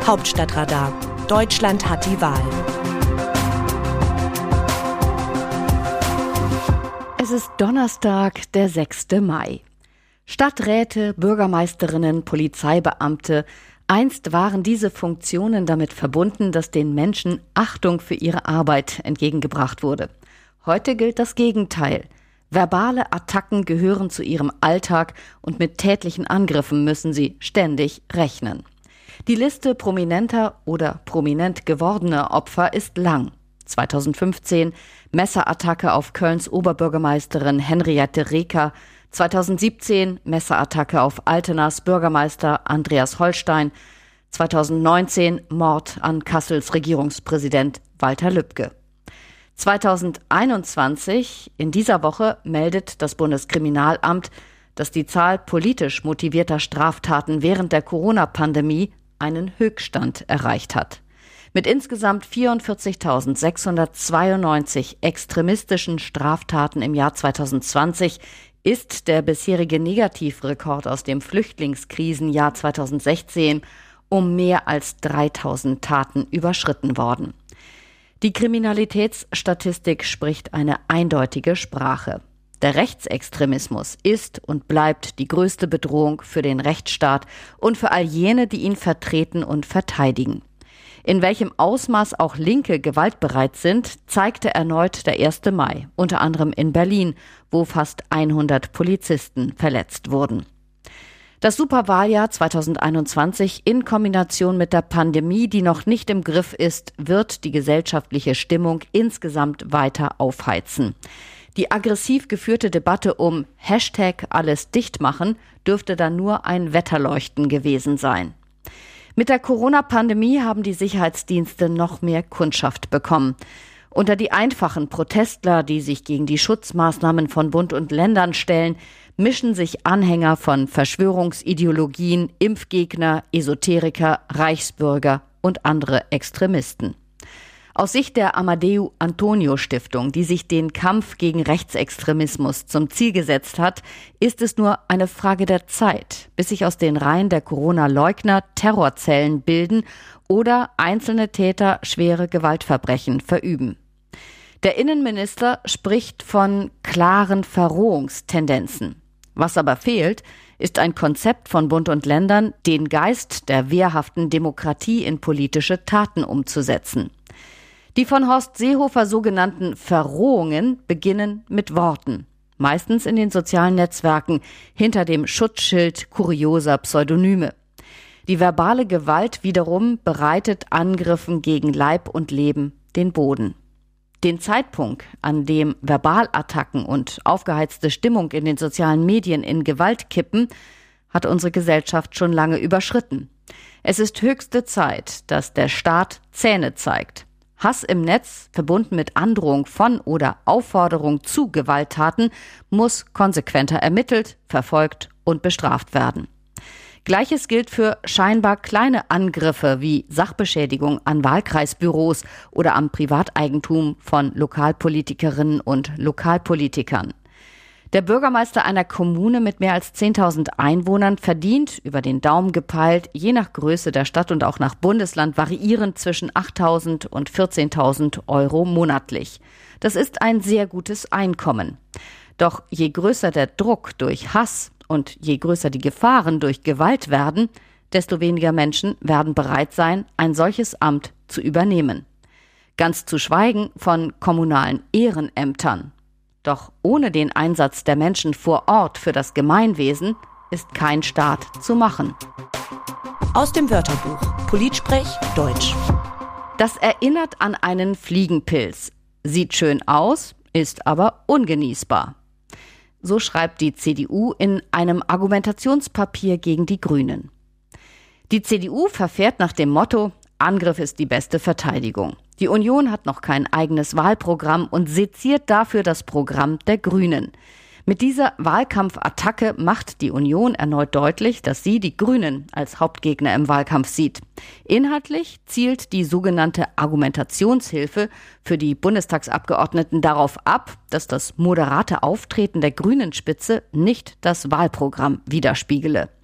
Hauptstadtradar. Deutschland hat die Wahl. Es ist Donnerstag, der 6. Mai. Stadträte, Bürgermeisterinnen, Polizeibeamte. Einst waren diese Funktionen damit verbunden, dass den Menschen Achtung für ihre Arbeit entgegengebracht wurde. Heute gilt das Gegenteil. Verbale Attacken gehören zu ihrem Alltag und mit tätlichen Angriffen müssen sie ständig rechnen. Die Liste prominenter oder prominent gewordener Opfer ist lang. 2015 Messerattacke auf Kölns Oberbürgermeisterin Henriette Reker, 2017 Messerattacke auf Altenas Bürgermeister Andreas Holstein, 2019 Mord an Kassels Regierungspräsident Walter Lübcke. 2021, in dieser Woche, meldet das Bundeskriminalamt, dass die Zahl politisch motivierter Straftaten während der Corona-Pandemie einen Höchststand erreicht hat. Mit insgesamt 44.692 extremistischen Straftaten im Jahr 2020 ist der bisherige Negativrekord aus dem Flüchtlingskrisenjahr 2016 um mehr als 3.000 Taten überschritten worden. Die Kriminalitätsstatistik spricht eine eindeutige Sprache. Der Rechtsextremismus ist und bleibt die größte Bedrohung für den Rechtsstaat und für all jene, die ihn vertreten und verteidigen. In welchem Ausmaß auch Linke gewaltbereit sind, zeigte erneut der 1. Mai, unter anderem in Berlin, wo fast 100 Polizisten verletzt wurden. Das Superwahljahr 2021 in Kombination mit der Pandemie, die noch nicht im Griff ist, wird die gesellschaftliche Stimmung insgesamt weiter aufheizen. Die aggressiv geführte Debatte um #AllesDichtmachen dürfte dann nur ein Wetterleuchten gewesen sein. Mit der Corona-Pandemie haben die Sicherheitsdienste noch mehr Kundschaft bekommen. Unter die einfachen Protestler, die sich gegen die Schutzmaßnahmen von Bund und Ländern stellen, mischen sich Anhänger von Verschwörungsideologien, Impfgegner, Esoteriker, Reichsbürger und andere Extremisten. Aus Sicht der Amadeu Antonio Stiftung, die sich den Kampf gegen Rechtsextremismus zum Ziel gesetzt hat, ist es nur eine Frage der Zeit, bis sich aus den Reihen der Corona-Leugner Terrorzellen bilden oder einzelne Täter schwere Gewaltverbrechen verüben. Der Innenminister spricht von klaren Verrohungstendenzen. Was aber fehlt, ist ein Konzept von Bund und Ländern, den Geist der wehrhaften Demokratie in politische Taten umzusetzen. Die von Horst Seehofer sogenannten Verrohungen beginnen mit Worten, meistens in den sozialen Netzwerken, hinter dem Schutzschild kurioser Pseudonyme. Die verbale Gewalt wiederum bereitet Angriffen gegen Leib und Leben den Boden. Den Zeitpunkt, an dem Verbalattacken und aufgeheizte Stimmung in den sozialen Medien in Gewalt kippen, hat unsere Gesellschaft schon lange überschritten. Es ist höchste Zeit, dass der Staat Zähne zeigt. Hass im Netz, verbunden mit Androhung von oder Aufforderung zu Gewalttaten, muss konsequenter ermittelt, verfolgt und bestraft werden. Gleiches gilt für scheinbar kleine Angriffe wie Sachbeschädigung an Wahlkreisbüros oder am Privateigentum von Lokalpolitikerinnen und Lokalpolitikern. Der Bürgermeister einer Kommune mit mehr als 10.000 Einwohnern verdient, über den Daumen gepeilt, je nach Größe der Stadt und auch nach Bundesland variierend zwischen 8.000 und 14.000 Euro monatlich. Das ist ein sehr gutes Einkommen. Doch je größer der Druck durch Hass und je größer die Gefahren durch Gewalt werden, desto weniger Menschen werden bereit sein, ein solches Amt zu übernehmen. Ganz zu schweigen von kommunalen Ehrenämtern. Doch ohne den Einsatz der Menschen vor Ort für das Gemeinwesen ist kein Staat zu machen. Aus dem Wörterbuch Politsprech Deutsch. Das erinnert an einen Fliegenpilz. Sieht schön aus, ist aber ungenießbar. So schreibt die CDU in einem Argumentationspapier gegen die Grünen. Die CDU verfährt nach dem Motto: Angriff ist die beste Verteidigung. Die Union hat noch kein eigenes Wahlprogramm und seziert dafür das Programm der Grünen. Mit dieser Wahlkampfattacke macht die Union erneut deutlich, dass sie die Grünen als Hauptgegner im Wahlkampf sieht. Inhaltlich zielt die sogenannte Argumentationshilfe für die Bundestagsabgeordneten darauf ab, dass das moderate Auftreten der Grünen-Spitze nicht das Wahlprogramm widerspiegele.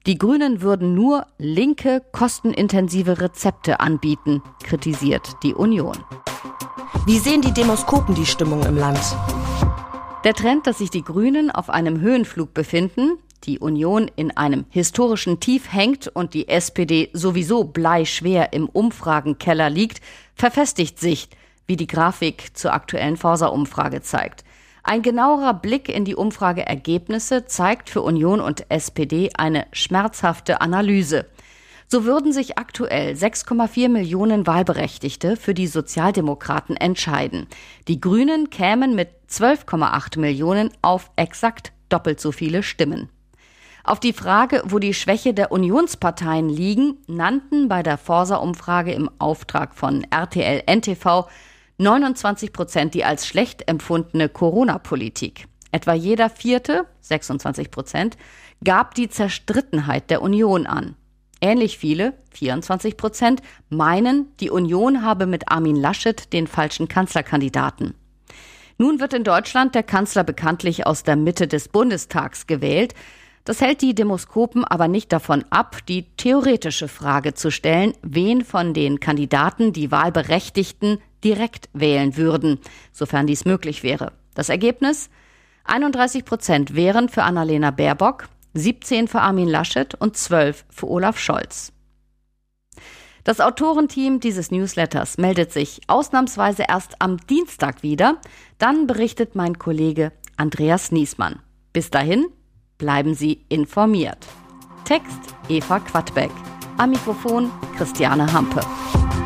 Die Grünen würden nur linke, kostenintensive Rezepte anbieten, kritisiert die Union. Wie sehen die Demoskopen die Stimmung im Land? Der Trend, dass sich die Grünen auf einem Höhenflug befinden, die Union in einem historischen Tief hängt und die SPD sowieso bleischwer im Umfragenkeller liegt, verfestigt sich, wie die Grafik zur aktuellen Forsa-Umfrage zeigt. Ein genauerer Blick in die Umfrageergebnisse zeigt für Union und SPD eine schmerzhafte Analyse. So würden sich aktuell 6,4 Millionen Wahlberechtigte für die Sozialdemokraten entscheiden. Die Grünen kämen mit 12,8 Millionen auf exakt doppelt so viele Stimmen. Auf die Frage, wo die Schwäche der Unionsparteien liegen, nannten bei der Forsa-Umfrage im Auftrag von RTL NTV 29% die als schlecht empfundene Corona-Politik. Etwa jeder Vierte, 26%, gab die Zerstrittenheit der Union an. Ähnlich viele, 24%, meinen, die Union habe mit Armin Laschet den falschen Kanzlerkandidaten. Nun wird in Deutschland der Kanzler bekanntlich aus der Mitte des Bundestags gewählt. Das hält die Demoskopen aber nicht davon ab, die theoretische Frage zu stellen, wen von den Kandidaten die Wahlberechtigten direkt wählen würden, sofern dies möglich wäre. Das Ergebnis? 31% wären für Annalena Baerbock, 17 für Armin Laschet und 12 für Olaf Scholz. Das Autorenteam dieses Newsletters meldet sich ausnahmsweise erst am Dienstag wieder. Dann berichtet mein Kollege Andreas Niesmann. Bis dahin bleiben Sie informiert. Text Eva Quadbeck. Am Mikrofon Christiane Hampe.